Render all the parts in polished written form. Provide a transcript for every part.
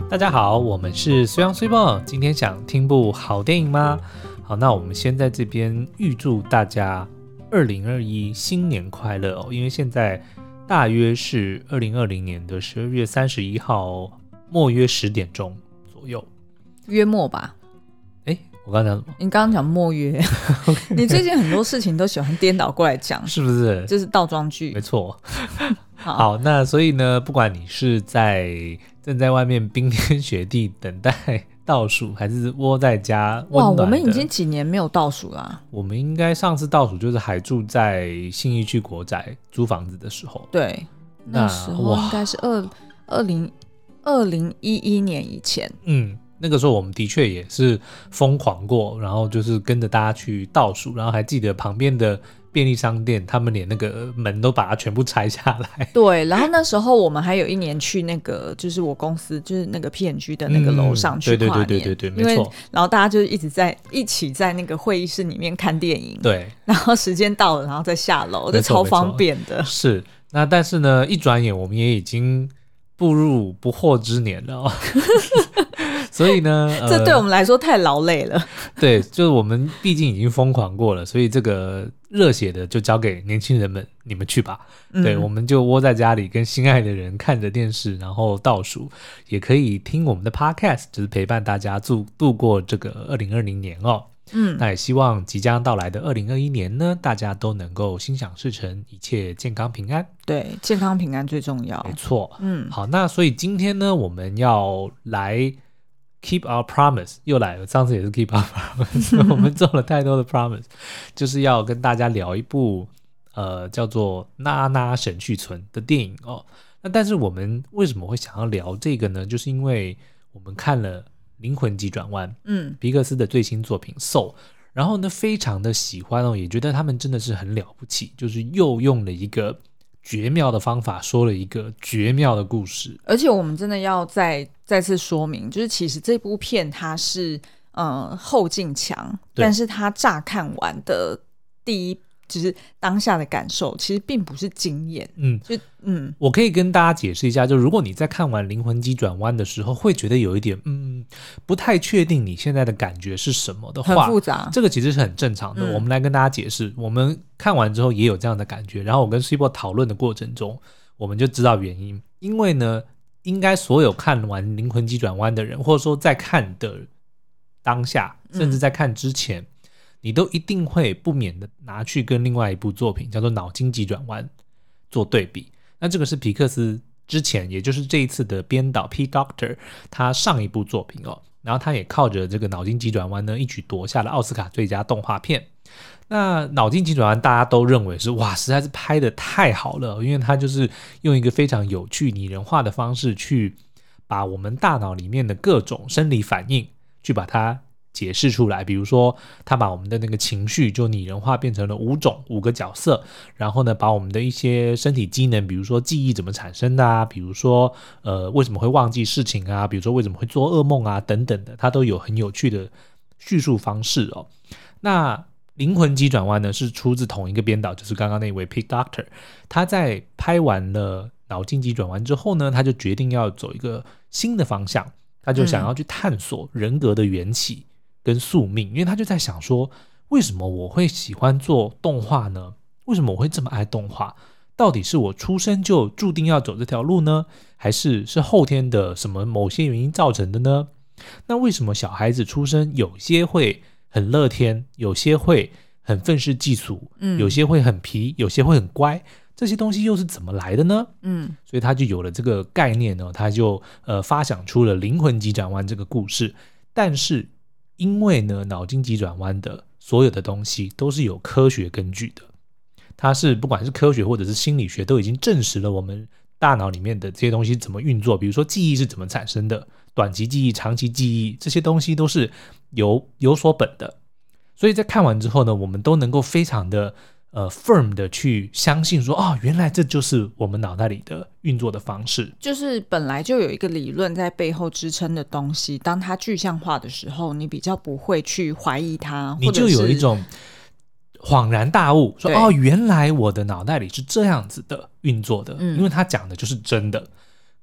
大家好，我们是虽阳虽梦，今天想听部好电影吗？好，那我们先在这边预祝大家2021新年快乐哦，因为现在大约是2020年的12月31号末约10点钟左右， 约末吧。 我刚刚讲什么？ 你刚刚讲末约你最近很多事情都喜欢颠倒过来讲， 是不是？ 这是倒装句。 没错。好，那所以呢，不管你是正在外面冰天雪地等待倒数，还是窝在家温暖的， 哇，我们已经几年没有倒数啦。 我们应该上次倒数就是还住在信义区国宅租房子的时候。 对，那时候应该是2011年以前。 那个时候我们的确也是疯狂过，然后就是跟着大家去倒数，然后还记得旁边的便利商店他们连那个门都把它全部拆下来。 对，然后那时候我们还有一年去那个就是我公司就是那个 P&G 的那个楼上去跨年。 对，没错。 然后大家就一起在那个会议室里面看电影。 对， 然后时间到了然后再下楼，这超方便的。 是，那但是呢一转眼我们也已经步入不惑之年了所以呢这对我们来说太劳累了。 对，就是我们毕竟已经疯狂过了，所以这个热血的就交给年轻人们，你们去吧。对，我们就窝在家里跟心爱的人看着电视，然后倒数，也可以听我们的 podcast， 就是陪伴大家度过这个2020年哦。那也希望即将到来的2021年呢，大家都能够心想事成，一切健康平安。 对，健康平安最重要。 没错。好，那所以今天呢，我们要来 keep our promise， 又来了，上次也是 keep our promise 我们做了太多的 promise， 就是要跟大家聊一部叫做娜娜神去村的电影哦。那但是我们为什么会想要聊这个呢？就是因为我们看了灵魂急转弯，皮克斯的最新作品 Soul， 然后呢非常的喜欢哦，也觉得他们真的是很了不起，就是又用了一个绝妙的方法说了一个绝妙的故事。而且我们真的要再次说明，就是其实这部片它是后劲强，但是它乍看完的第一就是当下的感受其实并不是惊艳。 我可以跟大家解释一下，就如果你在看完灵魂急转弯的时候会觉得有一点不太确定你现在的感觉是什么的话， 很复杂， 这个其实是很正常的。我们来跟大家解释，我们看完之后也有这样的感觉，然后我跟 Cibo 讨论的过程中我们就知道原因。因为呢应该所有看完灵魂急转弯的人，或者说在看的当下甚至在看之前，你都一定会不免的拿去跟另外一部作品叫做脑筋急转弯做对比。那这个是皮克斯之前也就是这一次的编导 P. Doctor 他上一部作品哦，然后他也靠着这个脑筋急转弯呢一举夺下了奥斯卡最佳动画片。那脑筋急转弯大家都认为是哇实在是拍得太好了，因为他就是用一个非常有趣拟人化的方式去把我们大脑里面的各种生理反应去把它解释出来。比如说他把我们的那个情绪就拟人化变成了5个角色，然后呢把我们的一些身体机能，比如说记忆怎么产生的啊，比如说为什么会忘记事情啊，比如说为什么会做噩梦啊等等的，他都有很有趣的叙述方式哦。那灵魂急转弯呢是出自同一个编导，就是刚刚那位 Pete Doctor， 他在拍完了脑筋急转弯之后呢，他就决定要走一个新的方向，他就想要去探索人格的缘起跟宿命。因为他就在想说，为什么我会喜欢做动画呢？为什么我会这么爱动画？到底是我出生就注定要走这条路呢，还是后天的什么某些原因造成的呢？那为什么小孩子出生有些会很乐天，有些会很愤世嫉俗，有些会很皮，有些会很乖，这些东西又是怎么来的呢？所以他就有了这个概念呢，他就发想出了灵魂急转弯这个故事。但是因为呢脑筋急转弯的所有的东西都是有科学根据的，它是不管是科学或者是心理学都已经证实了我们大脑里面的这些东西怎么运作，比如说记忆是怎么产生的，短期记忆、长期记忆，这些东西都是有所本的。所以在看完之后呢，我们都能够非常的firm 的去相信说，原来这就是我们脑袋里的运作的方式， 就是本来就有一个理论在背后支撑的东西，当它具象化的时候，你比较不会去怀疑它， 你就有一种恍然大悟，说原来我的脑袋里是这样子的运作的，因为他讲的就是真的。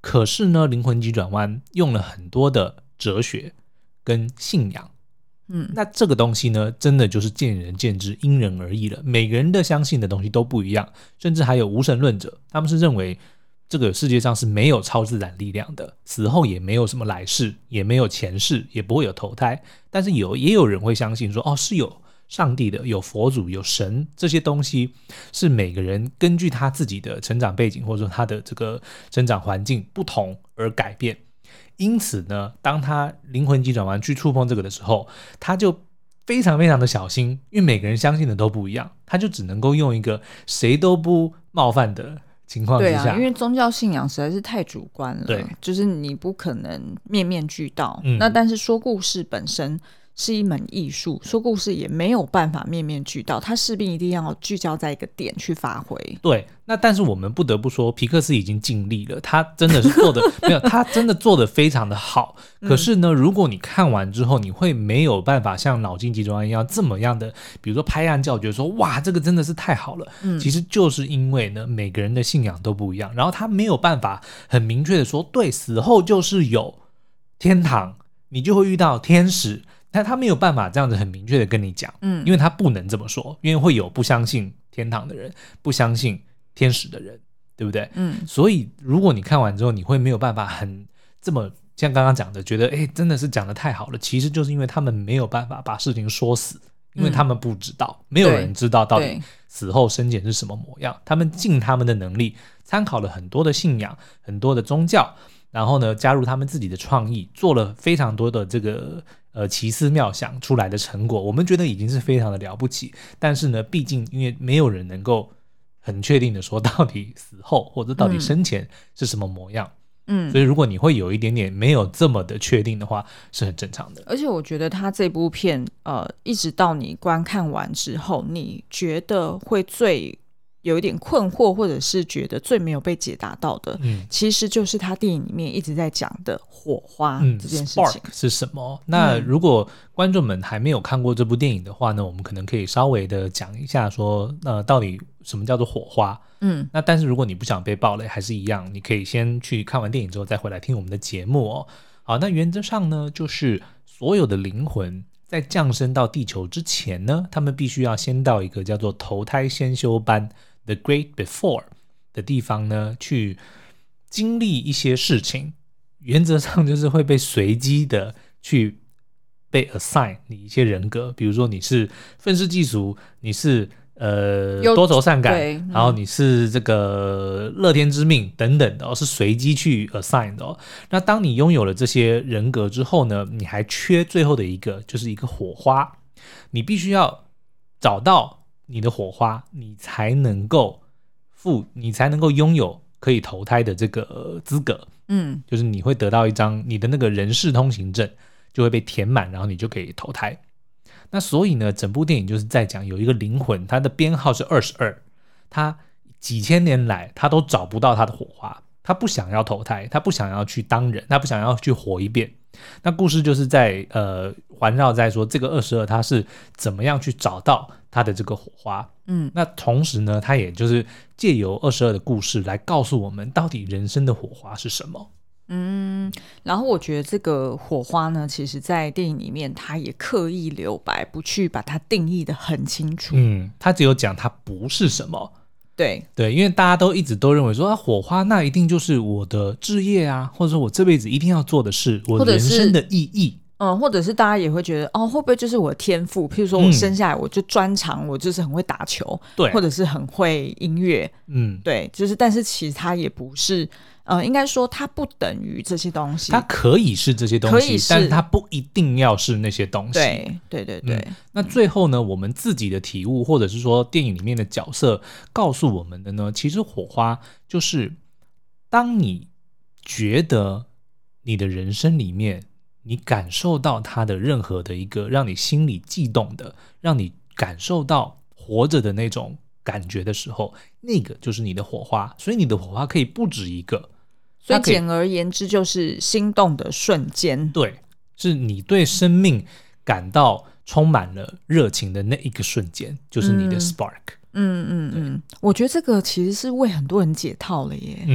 可是呢，灵魂急转弯用了很多的哲学跟信仰。那这个东西呢，真的就是见仁见智，因人而异了。每个人的相信的东西都不一样，甚至还有无神论者，他们是认为这个世界上是没有超自然力量的，死后也没有什么来世，也没有前世，也不会有投胎。但是也有人会相信说，是有上帝的，有佛祖，有神，这些东西是每个人根据他自己的成长背景或者说他的这个成长环境不同而改变。因此呢，当他灵魂急转弯去触碰这个的时候，他就非常非常的小心，因为每个人相信的都不一样，他就只能够用一个谁都不冒犯的情况之下。 对啊，因为宗教信仰实在是太主观了， 对， 就是你不可能面面俱到。那但是说故事本身是一门艺术，说故事也没有办法面面俱到，它势必一定要聚焦在一个点去发挥。 对，那但是我们不得不说，皮克斯已经尽力了，他真的是做的没有，他真的做的非常的好。可是呢，如果你看完之后，你会没有办法像脑筋急转弯一样这么样的，比如说拍案叫绝说哇，这个真的是太好了。其实就是因为呢，每个人的信仰都不一样，然后他没有办法很明确的说，对，死后就是有天堂，你就会遇到天使。但他没有办法这样子很明确的跟你讲，因为他不能这么说，因为会有不相信天堂的人，不相信天使的人，对不对？所以如果你看完之后，你会没有办法很这么像刚刚讲的，觉得真的是讲的太好了，其实就是因为他们没有办法把事情说死，因为他们不知道，没有人知道到底死后生前是什么模样，他们尽他们的能力，参考了很多的信仰，很多的宗教，然后呢，加入他们自己的创意，做了非常多的这个奇思妙想出来的成果，我们觉得已经是非常的了不起。但是呢，毕竟因为没有人能够很确定的说到底死后或者到底生前是什么模样，所以如果你会有一点点没有这么的确定的话，是很正常的。 而且我觉得他这部片一直到你观看完之后，你觉得会最有一点困惑，或者是觉得最没有被解答到的，其实就是他电影里面一直在讲的火花这件事情。 Spark 是什么？那如果观众们还没有看过这部电影的话呢，我们可能可以稍微的讲一下说，到底什么叫做火花？那但是如果你不想被爆雷，还是一样，你可以先去看完电影之后再回来听我们的节目哦。好，那原则上呢，就是所有的灵魂在降生到地球之前呢，他们必须要先到一个叫做投胎先修班 The Great Before 的地方呢，去经历一些事情，原则上就是会被随机的去被 assign 你一些人格，比如说你是愤世嫉俗，你是多愁善感，然后你是这个乐天知命等等的，是随机去 assign 的。那当你拥有了这些人格之后呢，你还缺最后的一个，就是一个火花，你必须要找到你的火花，你才能够拥有可以投胎的这个资格。就是你会得到一张你的那个人事通行证，就会被填满，然后你就可以投胎。那所以呢，整部电影就是在讲有一个灵魂，它的编号是22，他几千年来他都找不到他的火花，他不想要投胎，他不想要去当人，他不想要去活一遍。那故事就是在环绕在说这个22他是怎么样去找到他的这个火花。那同时呢，他也就是借由22的故事来告诉我们到底人生的火花是什么。 然后我觉得这个火花呢，其实在电影里面他也刻意留白，不去把它定义的很清楚。 他只有讲它不是什么。 对， 因为大家都一直都认为说火花那一定就是我的志业啊，或者说我这辈子一定要做的事，我人生的意义。 或者是大家也会觉得会不会就是我的天赋，譬如说我生下来我就专长我就是很会打球，或者是很会音乐，对，就是但是其实它也不是应该说它不等于这些东西， 它可以是这些东西，但是它不一定要是那些东西。 对。 那最后呢，我们自己的体悟，或者是说电影里面的角色告诉我们的呢，其实火花就是当你觉得你的人生里面你感受到它的任何的一个让你心里悸动的，让你感受到活着的那种感觉的时候，那个就是你的火花。所以你的火花可以不止一个， 所以简而言之就是心动的瞬间。 对，是你对生命感到充满了热情的那一个瞬间，就是你的 spark。 我觉得这个其实是为很多人解套了耶。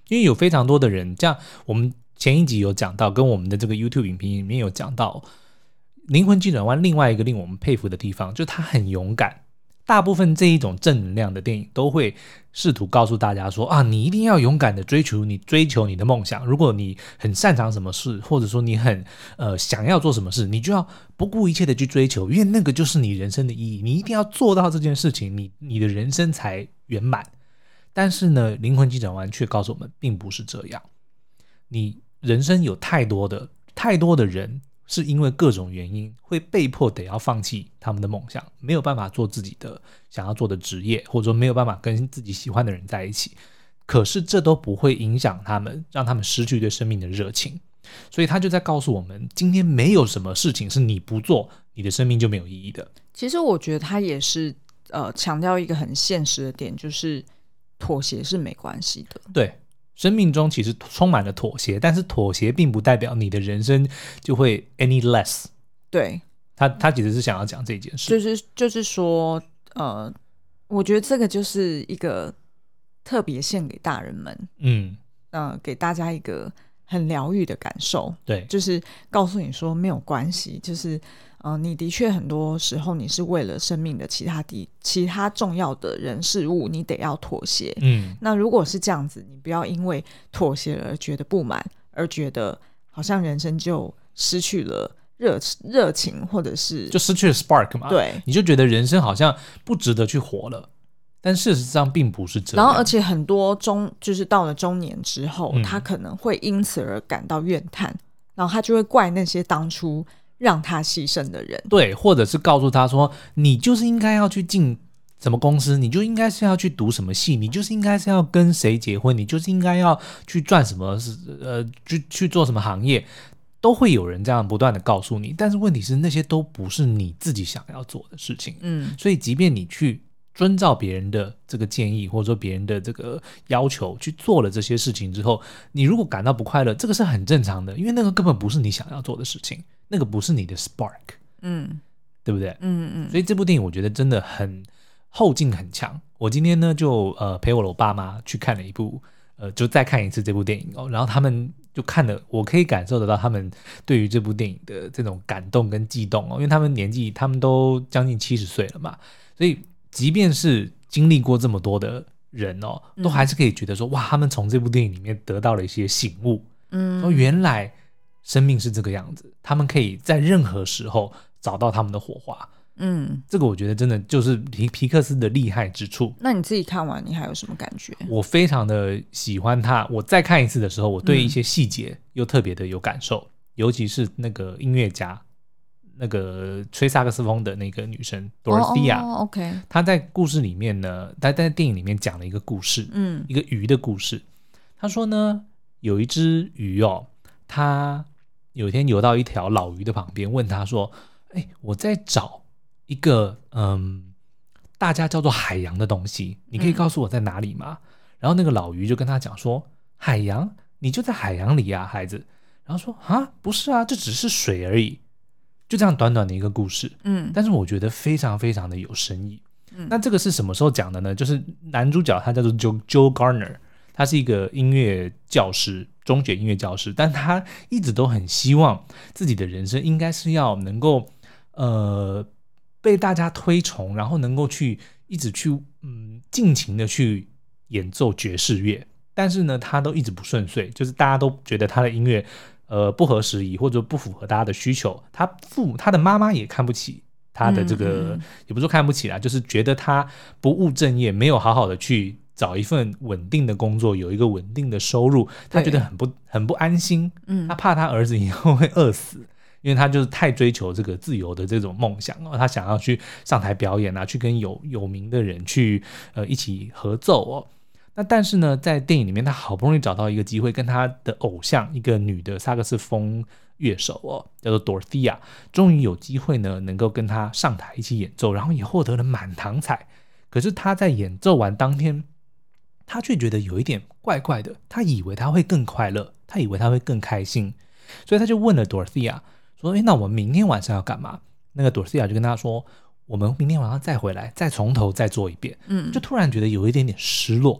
因为有非常多的人，像我们前一集有讲到，跟我们的这个 YouTube 影评里面有讲到，灵魂急转弯另外一个令我们佩服的地方，就是他很勇敢。大部分这一种正能量的电影都会试图告诉大家说啊，你一定要勇敢的追求你的梦想。如果你很擅长什么事，或者说你很想要做什么事，你就要不顾一切的去追求，因为那个就是你人生的意义。你一定要做到这件事情，你的人生才圆满。但是呢，灵魂急转弯却告诉我们，并不是这样。你人生有太多的人。是因为各种原因会被迫得要放弃他们的梦想，没有办法做自己的想要做的职业，或者说没有办法跟自己喜欢的人在一起，可是这都不会影响他们，让他们失去对生命的热情。所以他就在告诉我们，今天没有什么事情是你不做你的生命就没有意义的。 其实我觉得他也是强调一个很现实的点，就是妥协是没关系的。 对，生命中其实充满了妥协，但是妥协并不代表你的人生就会 any less。 对， 他其实是想要讲这件事， 就是说我觉得这个就是一个特别献给大人们，给大家一个很疗愈的感受。 对， 就是告诉你说没有关系，就是你的确很多时候你是为了生命的其他重要的人事物，你得要妥协。那如果是这样子，你不要因为妥协而觉得不满，而觉得好像人生就失去了热情，或者是就失去了 spark 嘛。 对， 你就觉得人生好像不值得去活了，但事实上并不是这样。 然后而且很多就是到了中年之后，他可能会因此而感到怨叹，然后他就会怪那些当初让他牺牲的人。 对，或者是告诉他说，你就是应该要去进什么公司，你就应该是要去读什么系，你就是应该是要跟谁结婚，你就是应该要去赚什么去做什么行业，都会有人这样不断的告诉你。但是问题是，那些都不是你自己想要做的事情。所以即便你去遵照别人的这个建议，或者说别人的这个要求去做了这些事情之后，你如果感到不快乐，这个是很正常的，因为那个根本不是你想要做的事情，那个不是你的 spark。对不对？所以这部电影我觉得真的很后劲很强。我今天呢就陪我的爸妈去看了一部就再看一次这部电影然后他们就看了，我可以感受得到他们对于这部电影的这种感动跟悸动因为他们年纪他们都将近70岁了嘛，所以即便是经历过这么多的人都还是可以觉得说哇，他们从这部电影里面得到了一些醒悟。说原来生命是这个样子，他们可以在任何时候找到他们的火花。这个我觉得真的就是皮克斯的厉害之处。 那你自己看完你还有什么感觉？ 我非常的喜欢他，我再看一次的时候，我对一些细节又特别的有感受，尤其是那个音乐家，那个吹萨克斯风的那个女生 Dorothea，她在故事里面呢，她在电影里面讲了一个故事，一个鱼的故事。她说呢，有一只鱼它有一天游到一条老鱼的旁边，问他说我在找一个大家叫做海洋的东西，你可以告诉我在哪里吗？然后那个老鱼就跟他讲说，海洋？你就在海洋里啊，孩子。然后说不是啊，这只是水而已。就这样短短的一个故事，但是我觉得非常非常的有深意。那这个是什么时候讲的呢？就是男主角他叫做 Joe Garner， 他是一个音乐教师，中学音乐教师，但他一直都很希望自己的人生应该是要能够被大家推崇，然后能够一直去尽情的去演奏爵士乐，但是呢他都一直不顺遂，就是大家都觉得他的音乐不合时宜，或者不符合大家的需求。他的妈妈也看不起他的这个，也不是说看不起啦，就是觉得他不务正业，没有好好的去找一份稳定的工作，有一个稳定的收入，他觉得很不安心。他怕他儿子以后会饿死，因为他就是太追求这个自由的这种梦想他想要去上台表演去跟有名的人去一起合奏那但是呢，在电影里面，他好不容易找到一个机会，跟他的偶像一个女的萨克斯风乐手叫做 Dorothea， 终于有机会呢，能够跟他上台一起演奏，然后也获得了满堂彩。可是他在演奏完当天，他却觉得有一点怪怪的，他以为他会更快乐，他以为他会更开心，所以他就问了 Dorothea 说那我们明天晚上要干嘛？那个 Dorothea 就跟他说，我们明天晚上再回来，再从头再做一遍。就突然觉得有一点点失落。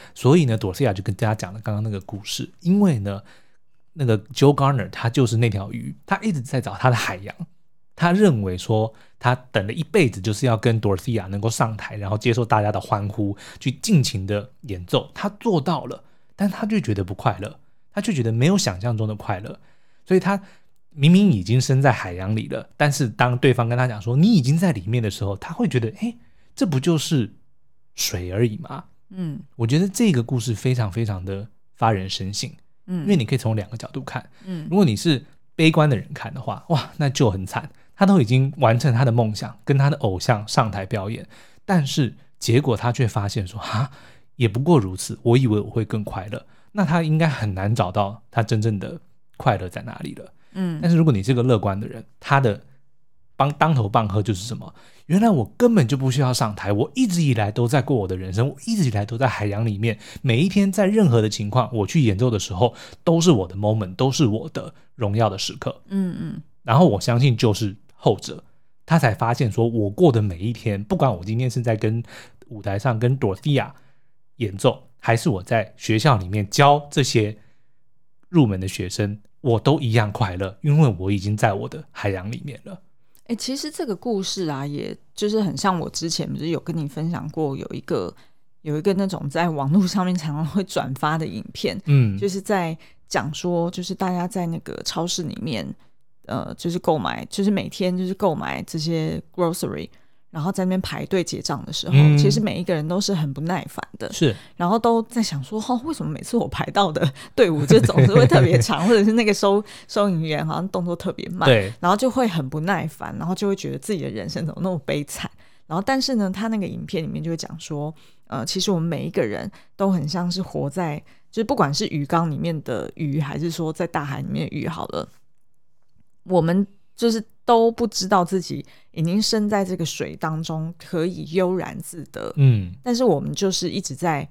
所以呢，朵西亚就跟大家讲了刚刚那个故事，因为呢，那个 Joe Garner 他就是那条鱼，他一直在找他的海洋，他认为说他等了一辈子就是要跟 Dorothea 能够上台，然后接受大家的欢呼，去尽情的演奏，他做到了，但他就觉得不快乐，他就觉得没有想象中的快乐，所以他明明已经身在海洋里了，但是当对方跟他讲说你已经在里面的时候，他会觉得这不就是水而已吗？我觉得这个故事非常非常的发人深省，因为你可以从2个角度看，如果你是悲观的人看的话，哇，那就很惨，他都已经完成他的梦想，跟他的偶像上台表演，但是结果他却发现说也不过如此，我以为我会更快乐，那他应该很难找到他真正的快乐在哪里了。但是如果你是个乐观的人，他的当头棒喝就是什么？原来我根本就不需要上台，我一直以来都在过我的人生，我一直以来都在海洋里面，每一天在任何的情况我去演奏的时候都是我的 moment， 都是我的荣耀的时刻。然后我相信就是后者，他才发现说我过的每一天，不管我今天是在跟舞台上跟 Dorothea 演奏，还是我在学校里面教这些入门的学生，我都一样快乐，因为我已经在我的海洋里面了。 其实这个故事啊，也就是很像我之前不是有跟你分享过，有一个那种在网络上面常常会转发的影片，就是在讲说，就是大家在那个超市里面，就是购买，就是每天就是购买这些 grocery，然后在那边排队结账的时候，其实每一个人都是很不耐烦的， 是， 然后都在想说，为什么每次我排到的队伍就总是会特别长，或者是那个收银员好像动作特别慢， 对， 然后就会很不耐烦，然后就会觉得自己的人生怎么那么悲惨。然后但是呢，他那个影片里面就会讲说，其实我们每一个人都很像是活在，就是不管是鱼缸里面的鱼，还是说在大海里面的鱼好了，我们就是都不知道自己已经身在这个水当中，可以悠然自得。但是我们就是一直在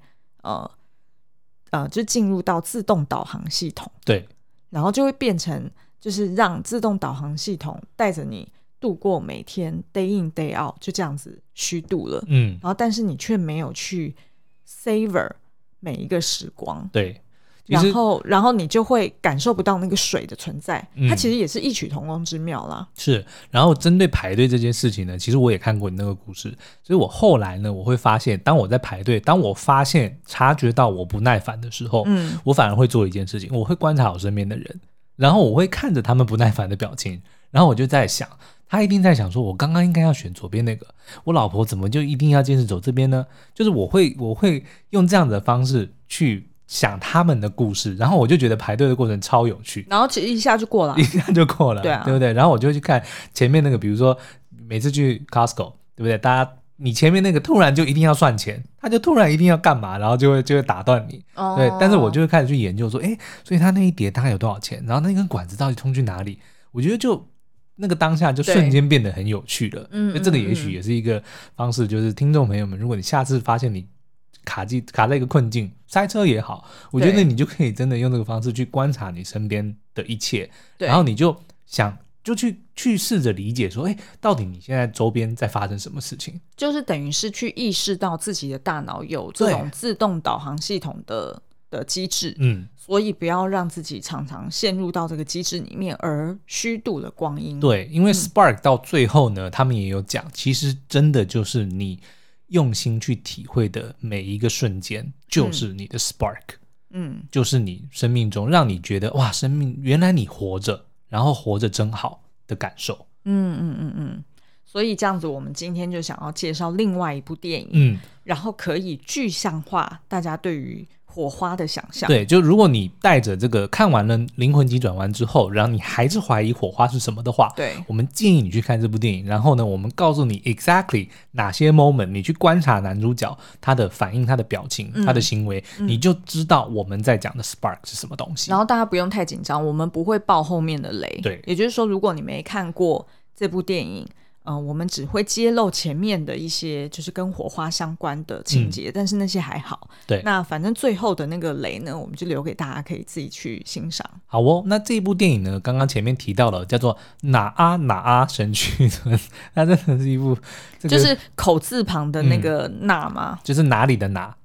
就进入到自动导航系统， 对， 然后就会变成就是让自动导航系统带着你度过每天 day in day out， 就这样子虚度了。然后但是你却没有去 savor 每一个时光， 对， 然后你就会感受不到那个水的存在，它其实也是异曲同工之妙啦。 是，然后针对排队这件事情呢，其实我也看过你那个故事，所以我后来呢，我会发现，当我在排队，当我察觉到我不耐烦的时候，我反而会做一件事情，我会观察我身边的人，然后我会看着他们不耐烦的表情，然后我就在想，他一定在想说，我刚刚应该要选左边那个，我老婆怎么就一定要坚持走这边呢？就是我会用这样的方式去想他们的故事，然后我就觉得排队的过程超有趣， 然后其实一下就过了， 一下就过了，对啊，对不对？然后我就去看前面那个，比如说每次去 Costco， 对不对？大家你前面那个突然就一定要算钱，他就突然一定要干嘛，然后就会打断你，对。但是我就会开始去研究说，所以他那一叠大概有多少钱？然后那根管子到底通去哪里？我觉得就那个当下就瞬间变得很有趣了。所以这个也许也是一个方式，就是听众朋友们，如果你下次发现你卡在一个困境，塞车也好，我觉得你就可以真的用这个方式去观察你身边的一切，然后你就想就去试着理解说，到底你现在周边在发生什么事情， 就是等于是去意识到自己的大脑有这种自动导航系统的机制，所以不要让自己常常陷入到这个机制里面而虚度了光阴。 对，因为 Spark 到最后呢，他们也有讲，其实真的就是你用心去体会的每一个瞬间就是你的 spark，就是你生命中让你觉得哇，生命原来你活着，然后活着真好的感受。 所以这样子我们今天就想要介绍另外一部电影，然后可以具象化大家对于火花的想象。 对，就如果你带着这个看完了《灵魂急转弯》之后，然后你还是怀疑火花是什么的话， 对， 我们建议你去看这部电影，然后呢，我们告诉你 exactly 哪些 moment 你去观察男主角他的反应、他的表情、他的行为，你就知道我们在讲的 spark 是什么东西。 然后大家不用太紧张，我们不会爆后面的雷。 对， 也就是说，如果你没看过这部电影，我们只会揭露前面的一些就是跟火花相关的情节，但是那些还好。 对，那反正最后的那个雷呢，我们就留给大家可以自己去欣赏。 好哦，那这一部电影呢，刚刚前面提到了叫做哪阿神去村，它真的是一部、 就是口字旁的那个哪吗？ 就是哪里的哪，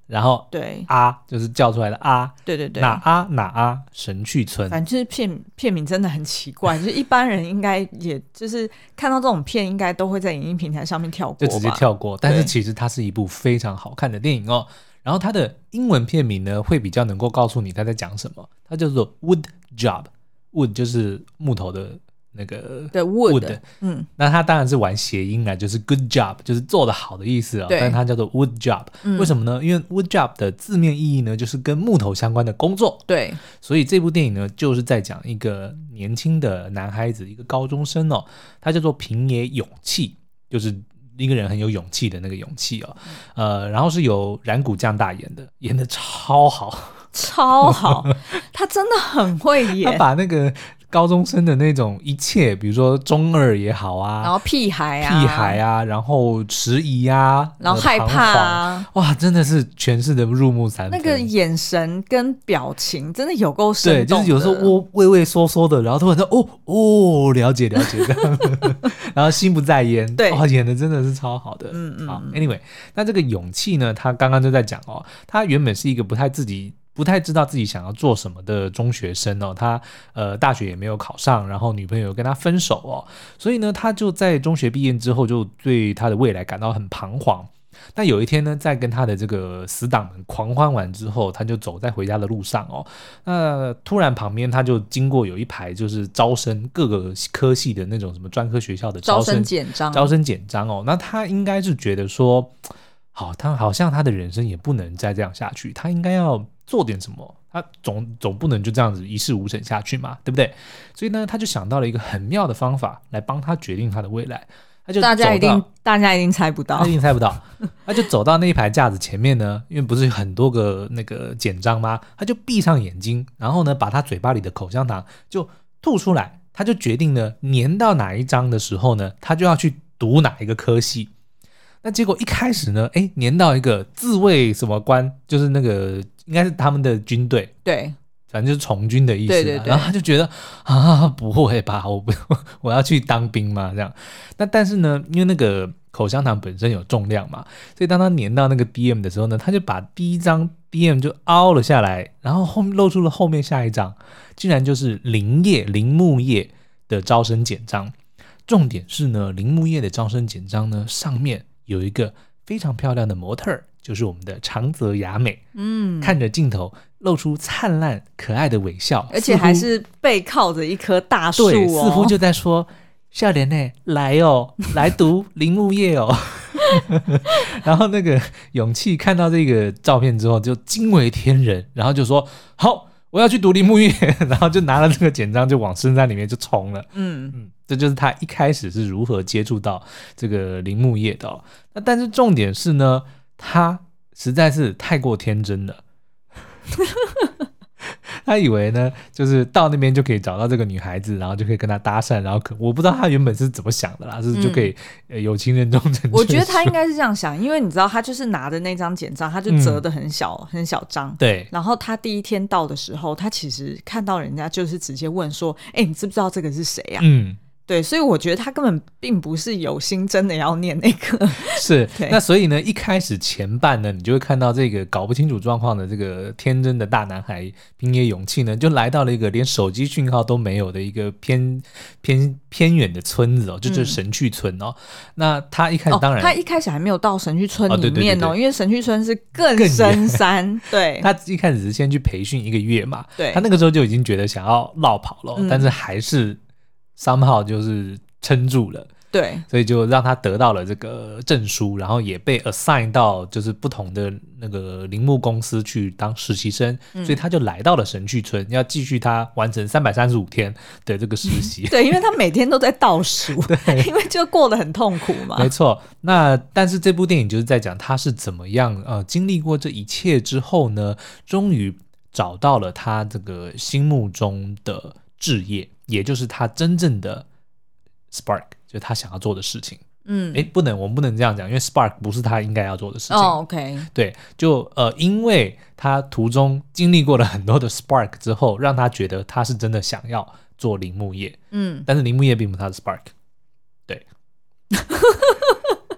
然后对啊就是叫出来的啊， 对对对， 哪啊神去村。 反正就是片名真的很奇怪，就是一般人应该也就是看到这种片应该都会在影音平台上面跳过吧， 就直接跳过，但是其实它是一部非常好看的电影哦。然后它的英文片名呢会比较能够告诉你它在讲什么，它叫做 Wood Job， 就是木头的那个对 wood， 那它当然是玩谐音啦，就是 good job 就是做得好的意思哦，但是它叫做 wood job，为什么呢？因为 wood job 的字面意义呢就是跟木头相关的工作， 对， 所以这部电影呢就是在讲一个年轻的男孩子，一个高中生哦，他叫做平野勇气，就是一个人很有勇气的那个勇气哦，然后是由染谷将大演的超好， 超好，他真的很会演， 他把那个高中生的那种一切，比如说中二也好啊， 然后屁孩啊， 然后迟疑啊， 然后害怕啊， 哇，真的是诠释的入木三分。 那个眼神跟表情真的有够生动的， 对，就是有时候我畏畏缩缩的，然后突然说哦，了解这样然后心不在焉， 对， 演的真的是超好的。好 ，anyway， 那这个勇气呢，他刚刚就在讲哦，他原本是一个不太知道自己想要做什么的中学生哦，他大学也没有考上，然后女朋友跟他分手哦，所以呢，他就在中学毕业之后就对他的未来感到很彷徨。那有一天呢，在跟他的这个死党们狂欢完之后，他就走在回家的路上哦，那突然旁边他就经过有一排就是招生各个科系的那种什么专科学校的招生简章哦，那他应该是觉得说，他好像他的人生也不能再这样下去，他应该要做点什么，他总不能就这样子一事无成下去嘛，对不对？所以呢，他就想到了一个很妙的方法来帮他决定他的未来。他就大家一定猜不到， 他就走到那一排架子前面呢，因为不是很多个那个简章吗？他就闭上眼睛，然后呢，把他嘴巴里的口香糖就吐出来，他就决定呢，粘到哪一张的时候呢，他就要去读哪一个科系。那结果一开始呢，粘到一个自卫什么官，就是那个应该是他们的军队， 对， 反正就是从军的意思。 对， 然后他就觉得不会吧，我要去当兵嘛，这样。那但是呢，因为那个口香糖本身有重量嘛，所以当他粘到那个 DM 的时候呢，他就把第一张 DM 就凹了下来，然后后面露出了后面下一张，竟然就是铃木业的招生简章。重点是呢，铃木业的招生简章呢，上面有一个非常漂亮的模特儿，就是我们的长泽雅美，看着镜头露出灿烂可爱的微笑， 而且还是背靠着一棵大树对，似乎就在说少年呢，来哦，来读铃木业哦。然后那个勇气看到这个照片之后就惊为天人，然后就说好，我要去读铃木业，然后就拿了这个简章就往深山里面就冲了。这就是他一开始是如何接触到这个铃木业的那但是重点是呢，他实在是太过天真了。他以为呢，就是到那边就可以找到这个女孩子，然后就可以跟她搭讪，然后我不知道他原本是怎么想的啦，是就可以有情人终成眷属。 我觉得他应该是这样想，因为你知道他就是拿的那张简章，他就折得很小、很小张。 对。 然后他第一天到的时候，他其实看到人家就是直接问说：“你知不知道这个是谁啊？”对，所以我觉得他根本并不是有心真的要念那个。 是，那所以呢，一开始前半呢，你就会看到这个搞不清楚状况的这个天真的大男孩平野勇气呢，就来到了一个连手机讯号都没有的一个偏远的村子哦，就是神去村哦。那他一开始当然， 他一开始还没有到神去村里面哦，因为神去村是更深山。对， 他一开始是先去培训1个月嘛， 对， 他那个时候就已经觉得想要落跑了，但是还是somehow就是撑住了， 对， 所以就让他得到了这个证书，然后也被 assign 到就是不同的那个铃木公司去当实习生，所以他就来到了神去村，要继续他完成335天的这个实习。 对，因为他每天都在倒数，因为就过得很痛苦嘛。 没错，那但是这部电影就是在讲他是怎么样经历过这一切之后呢，终于找到了他这个心目中的志业，也就是他真正的 spark， 就是他想要做的事情。我们不能这样讲，因为 spark 不是他应该要做的事情。 OK， 对，就因为他途中经历过了很多的 spark 之后，让他觉得他是真的想要做铃木业。但是铃木业并不是他的 spark。对，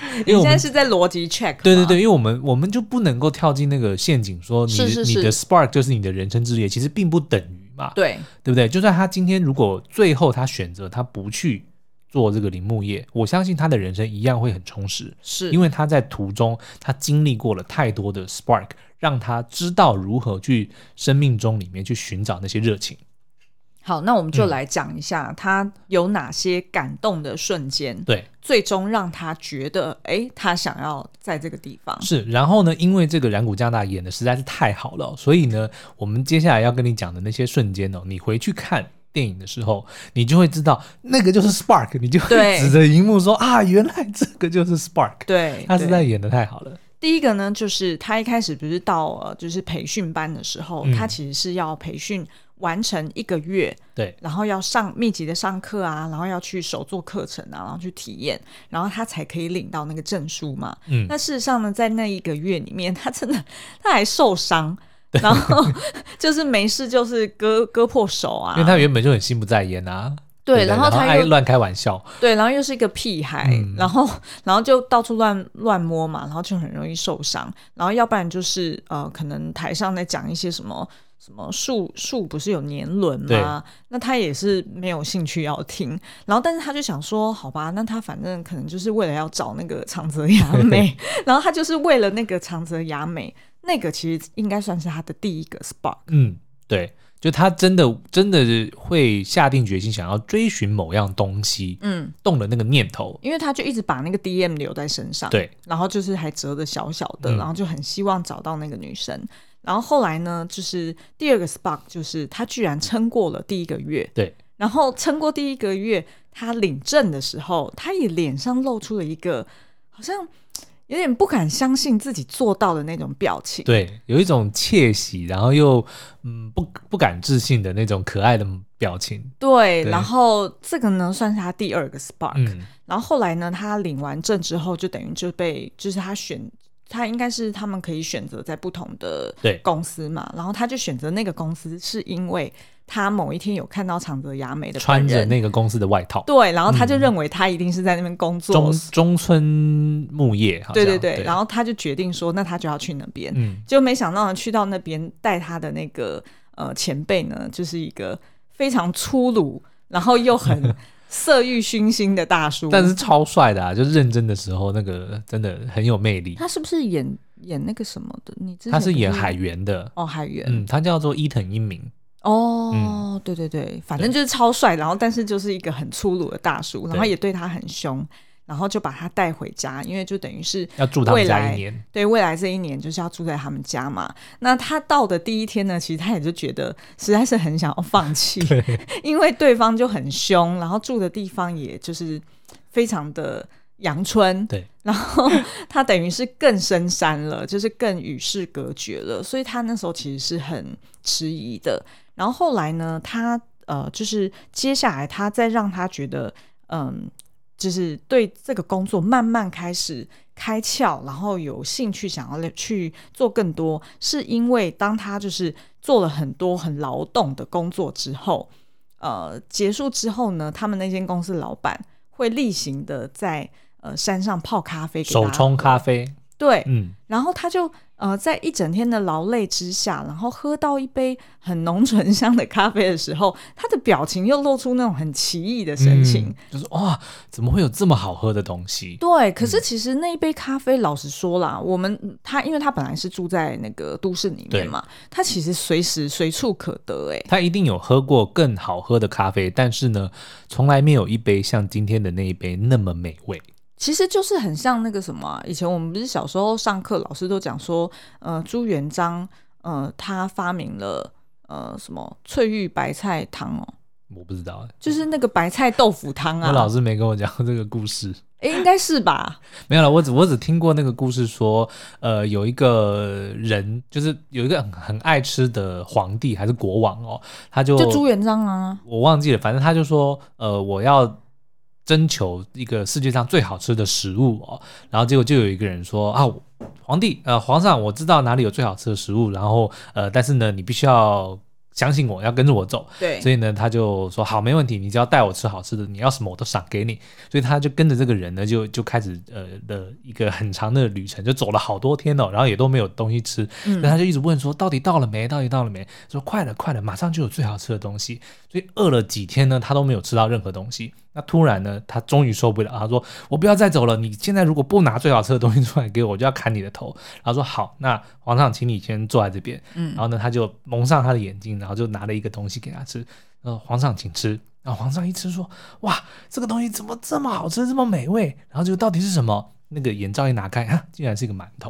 你现在是在逻辑 check 吗？ 对对对，因为我们就不能够跳进那个陷阱，说你的 spark 就是你的人生之列，其实并不等于嘛， 对不对？就算他今天如果最后他选择他不去做这个林木业，我相信他的人生一样会很充实， 是因为他在途中他经历过了太多的 spark， 让他知道如何去生命中里面去寻找那些热情。 好，那我们就来讲一下他有哪些感动的瞬间， 对， 最终让他觉得他想要在这个地方。 是，然后呢，因为这个染谷将大演的实在是太好了，所以呢，我们接下来要跟你讲的那些瞬间你回去看电影的时候，你就会知道那个就是 spark， 你就会指着荧幕说啊，原来这个就是 spark。 对， 他实在演的太好了。 第一个呢，就是他一开始不是到就是培训班的时候，他其实是要培训完成1个月， 对， 然后要密集的上课啊，然后要去手做课程啊，然后去体验，然后他才可以领到那个证书嘛。那事实上呢，在那1个月里面，他还受伤，然后就是没事就是割破手啊， 因为他原本就很心不在焉啊。 对，然后他爱乱开玩笑， 对，然后又是一个屁孩，然后就到处乱摸嘛，然后就很容易受伤，然后要不然就是可能台上在讲一些什么树不是有年轮吗？那他也是没有兴趣要听，然后但是他就想说，好吧，那他反正可能就是为了要找那个长泽雅美，然后他就是为了那个长泽雅美，那个其实应该算是他的第一个 spark。 对。就他真的会下定决心想要追寻某样东西，动了那个念头， 因为他就一直把那个 DM 留在身上， 对， 然后就是还折得小小的，然后就很希望找到那个女生。然后后来呢，就是第2个 spark 就是他居然撑过了第1个月， 对， 然后撑过第1个月，他领证的时候，他也脸上露出了一个好像有点不敢相信自己做到的那种表情， 对，有一种窃喜，然后又不敢置信的那种可爱的表情。 对，然后这个呢算是他第2个 spark。然后后来呢，他领完证之后，就等于就是他应该是他们可以选择在不同的公司嘛，然后他就选择那个公司，是因为他某一天有看到长泽雅美的穿着那个公司的外套， 对，然后他就认为他一定是在那边工作， 中村木业， 对对对，然后他就决定说，那他就要去那边，就没想到呢，去到那边带他的那个前辈呢，就是一个非常粗鲁，然后又很色欲熏心的大叔， 但是超帅的啊！就认真的时候，那个真的很有魅力。 他是不是演那个什么的？ 他是演海员的哦，海员， 他叫做伊藤英明。 哦，对对对，反正就是超帅，然后但是就是一个很粗鲁的大叔，然后也对他很凶，然后就把他带回家，因为就等于是要住他们家1年， 对，未来这1年就是要住在他们家嘛。那他到的第1天呢，其实他也就觉得实在是很想要放弃，因为对方就很凶，然后住的地方也就是非常的阳春， 对， 然后他等于是更深山了，就是更与世隔绝了，所以他那时候其实是很迟疑的。然后后来呢，他就是接下来他再让他觉得就是对这个工作慢慢开始开窍，然后有兴趣想要去做更多，是因为当他就是做了很多很劳动的工作之后，结束之后呢，他们那间公司老板会例行的在山上泡咖啡给他喝， 手冲咖啡， 对，然后他就在一整天的劳累之下，然后喝到一杯很浓醇香的咖啡的时候，他的表情又露出那种很奇异的神情， 就是哇，怎么会有这么好喝的东西？ 对，可是其实那一杯咖啡，老实说啦，因为他本来是住在那个都市里面嘛，他其实随时随处可得，他一定有喝过更好喝的咖啡，但是呢，从来没有一杯像今天的那一杯那么美味。 其实就是很像那个什么以前我们不是小时候上课老师都讲说朱元璋他发明了什么翠玉白菜汤哦， 我不知道， 就是那个白菜豆腐汤啊。 我老师没跟我讲这个故事， 应该是吧？ 没有了，我只听过那个故事说有一个人就是有一个很爱吃的皇帝还是国王哦，他就朱元璋啊， 我忘记了，反正他就说我要征求一个世界上最好吃的食物哦，然后结果就有一个人说啊，皇上，我知道哪里有最好吃的食物，然后但是呢，你必须要相信我要跟着我走， 对， 所以呢他就说好没问题，你只要带我吃好吃的，你要什么我都赏给你。所以他就跟着这个人呢就开始的一个很长的旅程，就走了好多天哦，然后也都没有东西吃，那他就一直问说到底到了没，到底到了没，说快了快了，马上就有最好吃的东西。所以饿了几天呢他都没有吃到任何东西。那突然呢他终于受不了，他说我不要再走了，你现在如果不拿最好吃的东西出来给我，我就要砍你的头。然后说好，那皇上请你先坐在这边，然后呢他就蒙上他的眼睛，然后就拿了一个东西给他吃，皇上请吃。然后皇上一吃说哇这个东西怎么这么好吃这么美味，然后就到底是什么，那个眼罩一拿开竟然是一个馒头。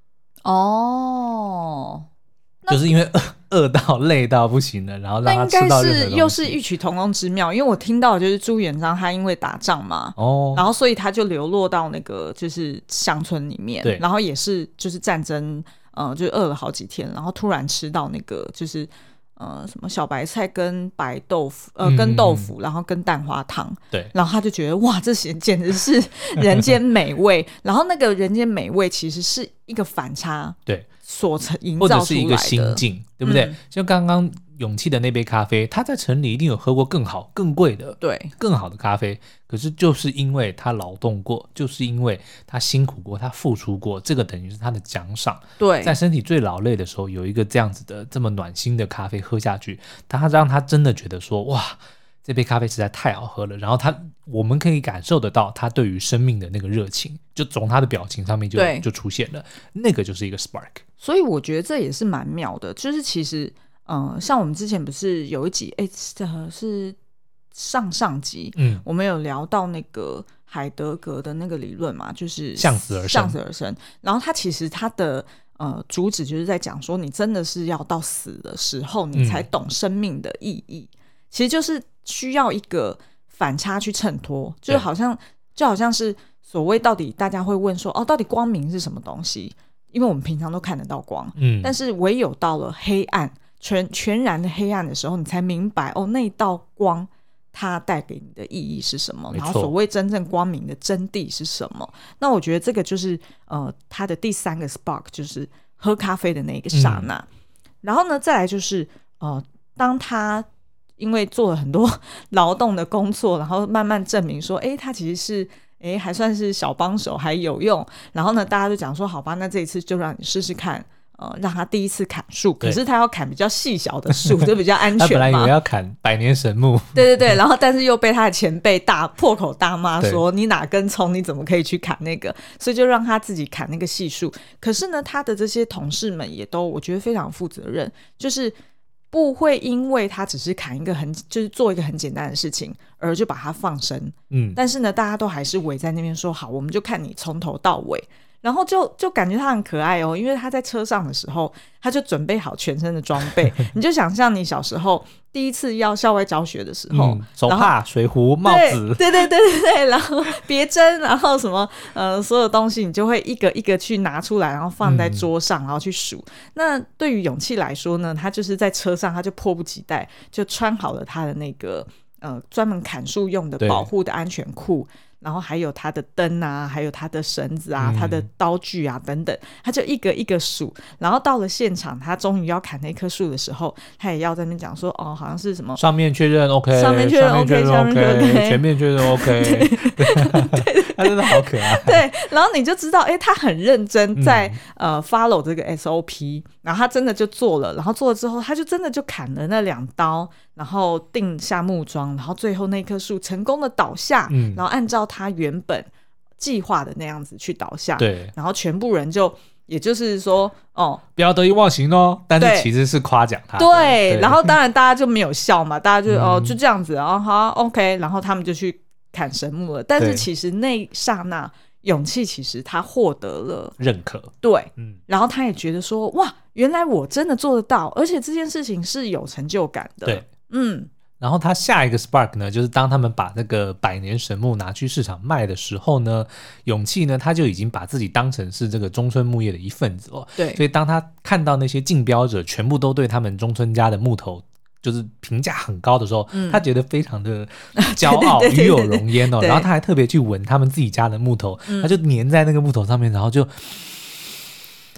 就是因为饿到累到不行了，然后让他吃到任何东西。 那应该是又是异曲同工之妙，因为我听到就是朱元璋他因为打仗嘛，然后所以他就流落到那个就是乡村里面，然后也是就是战争，就饿了好几天，然后突然吃到那个就是什么小白菜跟白豆腐，跟豆腐，然后跟蛋花汤， 对， 然后他就觉得哇，这些简直是人间美味。然后那个人间美味其实是一个反差， 对， 所营造出来的，或者是一个心境，对不对？就刚刚勇气的那杯咖啡，他在城里一定有喝过更好、更贵的， 对， 更好的咖啡。可是就是因为他劳动过，就是因为他辛苦过，他付出过，这个等于是他的奖赏。 对， 在身体最劳累的时候，有一个这样子的这么暖心的咖啡喝下去，他让他真的觉得说，哇，这杯咖啡实在太好喝了。然后我们可以感受得到他对于生命的那个热情，就从他的表情上面就出现了，那个就是一个 spark。 所以我觉得这也是蛮妙的，就是其实像我们之前不是有一集是上集，我们有聊到那个海德格的那个理论嘛，就是向死而生。 然后他其实他的主旨就是在讲说，你真的是要到死的时候你才懂生命的意义，其实就是需要一个反差去衬托，就好像是所谓到底大家会问说到底光明是什么东西，因为我们平常都看得到光，但是唯有到了黑暗全然的黑暗的时候，你才明白那一道光它带给你的意义是什么，然后所谓真正光明的真谛是什么。那我觉得这个就是它的第三个 spark， 就是喝咖啡的那个刹那。然后呢再来就是当他因为做了很多劳动的工作，然后慢慢证明说他其实是还算是小帮手，还有用。然后呢大家就讲说好吧，那这一次就让你试试看，让他第一次砍树，可是他要砍比较细小的树，就比较安全嘛。他本来以为要砍百年神木， 对，然后但是又被他的前辈破口大骂说你哪根葱，你怎么可以去砍那个，所以就让他自己砍那个细树。可是呢他的这些同事们也都我觉得非常负责任，就是不会因为他只是砍一个就是做一个很简单的事情而就把它放生，但是呢大家都还是围在那边说好，我们就看你从头到尾。然后就感觉他很可爱因为他在车上的时候他就准备好全身的装备你就想象你小时候第一次要校外教学的时候， 手帕、水壶、帽子， 对，然后别针，然后什么所有东西你就会一个一个去拿出来，然后放在桌上，然后去数。那对于勇气来说呢，他就是在车上他就迫不及待就穿好了他的那个专门砍树用的保护的安全裤，然后还有他的灯啊，还有他的绳子啊，他的刀具啊等等，他就一个一个数。然后到了现场他终于要砍那棵树的时候，他也要在那边讲说好像是什么上面确认 OK， 上面确认 OK， 前面确认 OK 对，他真的好可爱。 对，然后你就知道他很认真在follow 这个 SOP， 然后他真的就做了，然后做了之后他就真的就砍了那2刀，然后定下木桩，然后最后那棵树成功的倒下，然后按照他原本计划的那样子去倒下， 对， 然后全部人也就是说不要得意忘形但是其实是夸奖他。 对，然后当然大家就没有笑嘛，大家就就这样子好 OK， 然后他们就去砍神木了。但是其实那一刹那勇气其实他获得了认可， 对，然后他也觉得说哇，原来我真的做得到，而且这件事情是有成就感的。 对，然后他下一个 spark 呢，就是当他们把那个百年神木拿去市场卖的时候呢，勇气呢他就已经把自己当成是这个中村木业的一份子了。 对， 所以当他看到那些竞标者全部都对他们中村家的木头就是评价很高的时候，他觉得非常的骄傲与有荣焉然后他还特别去闻他们自己家的木头，他就粘在那个木头上面，然后就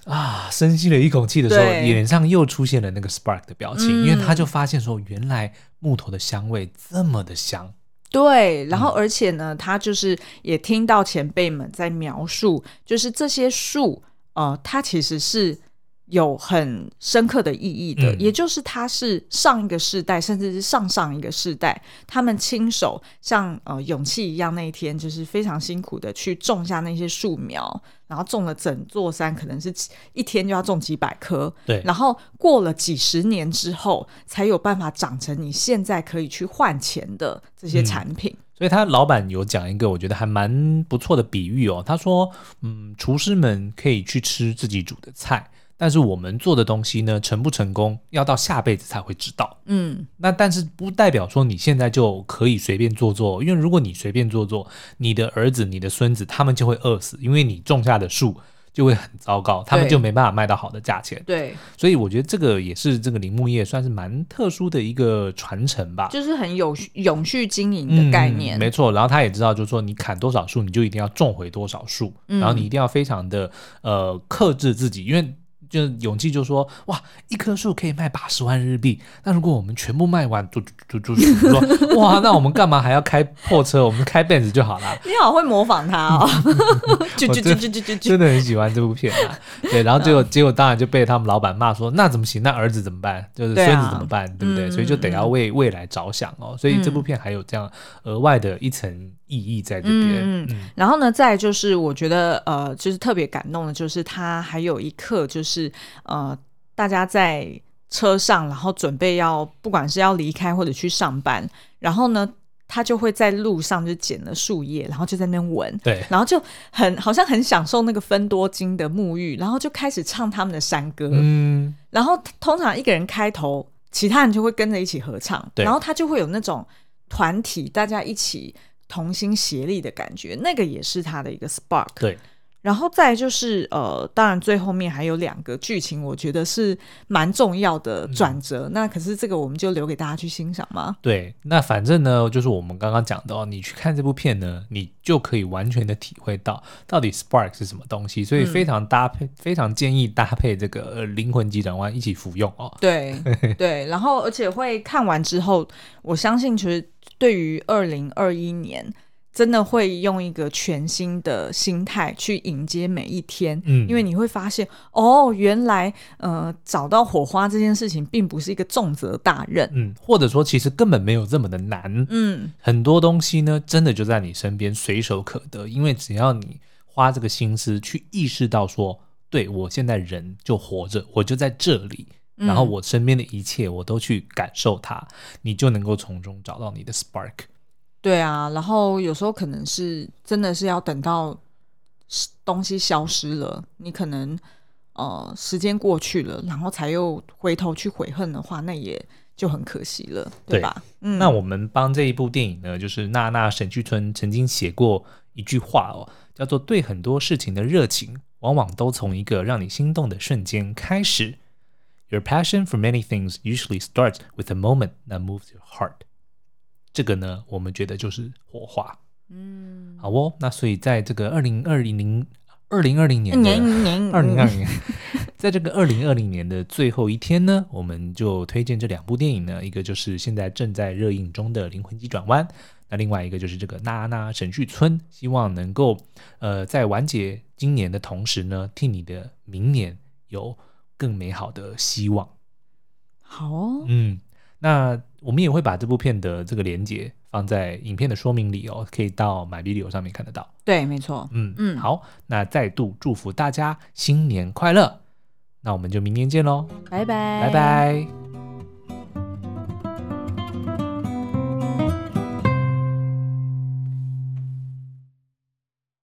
深吸了一口气的时候， 对脸上又出现了那个 spark 的表情，因为他就发现说，原来木头的香味这么的香。 对，然后而且呢，他就是也听到前辈们在描述，就是这些树，它其实是有很深刻的意义的，也就是它是上一个世代，甚至是上上一个世代，他们亲手像勇气一样那一天，就是非常辛苦的去种下那些树苗，然后种了整座山，可能是一天就要种几百棵， 对， 然后过了几十年之后，才有办法长成你现在可以去换钱的这些产品。 所以他老板有讲一个我觉得还蛮不错的比喻哦，他说厨师们可以去吃自己煮的菜，但是我们做的东西呢，成不成功要到下辈子才会知道。那但是不代表说你现在就可以随便做，因为如果你随便做，你的儿子你的孙子他们就会饿死，因为你种下的树就会很糟糕，他们就没办法卖到好的价钱。 对， 所以我觉得这个也是这个林木业算是蛮特殊的一个传承吧， 就是很永续经营的概念。 没错。然后他也知道，就是说你砍多少树，你就一定要种回多少树，然后你一定要非常的克制自己，因为就勇气就说，哇，一棵树可以卖80万日币，那如果我们全部卖完，就说哇，那我们干嘛还要开破车？我们开 Benz 就好了。 你好会模仿他哦， 真的很喜欢这部片啊。对，然后结果当然就被他们老板骂说，那怎么行？那儿子怎么办？就是孙子怎么办？对不对？所以就得要为未来着想哦。所以这部片还有这样额外的一层意义在这边。 然后呢，再来就是我觉得就是特别感动的，就是他还有一刻就是大家在车上，然后准备要不管是要离开或者去上班，然后呢他就会在路上就捡了树叶，然后就在那边闻， 对， 然后就好像很享受那个芬多精的沐浴，然后就开始唱他们的山歌。然后通常一个人开头，其他人就会跟着一起合唱，然后他就会有那种团体大家一起同心协力的感觉，那个也是他的一个 spark。 对， 然后再就是当然最后面还有2个剧情我觉得是蛮重要的转折，那可是这个我们就留给大家去欣赏吗？ 对，那反正呢就是我们刚刚讲的哦，你去看这部片呢，你就可以完全的体会到底 Spark 是什么东西，所以非常建议搭配这个灵魂急转弯一起服用哦。 对对，然后而且会看完之后，我相信其实对于2021年真的会用一个全新的心态去迎接每一天，因为你会发现原来找到火花这件事情并不是一个重责大任， 或者说其实根本没有这么的难，很多东西呢真的就在你身边随手可得，因为只要你花这个心思去意识到说，对，我现在人就活着，我就在这里，然后我身边的一切我都去感受它，你就能够从中找到你的 spark。 对啊，然后有时候可能是真的是要等到东西消失了，你可能时间过去了，然后才又回头去悔恨的话，那也就很可惜了，对吧？ 那我们帮这一部电影呢，就是娜娜沈旭村曾经写过一句话哦，叫做对很多事情的热情往往都从一个让你心动的瞬间开始。 Your passion for many things usually starts with a moment that moves your heart。这个呢我们觉得就是火花。好哦，那所以在这个2020年的在这个2020年的最后一天呢，我们就推荐这2部电影呢，一个就是现在正在热映中的灵魂急转弯，那另外一个就是这个娜娜沈旭村，希望能够在完结今年的同时呢，替你的明年有更美好的希望。 好哦， 那我们也会把这部片的这个连结放在影片的说明里哦，可以到 MyVideo 上面看得到。 对，没错。 好，那再度祝福大家新年快乐，那我们就明年见咯， 拜拜， 拜拜。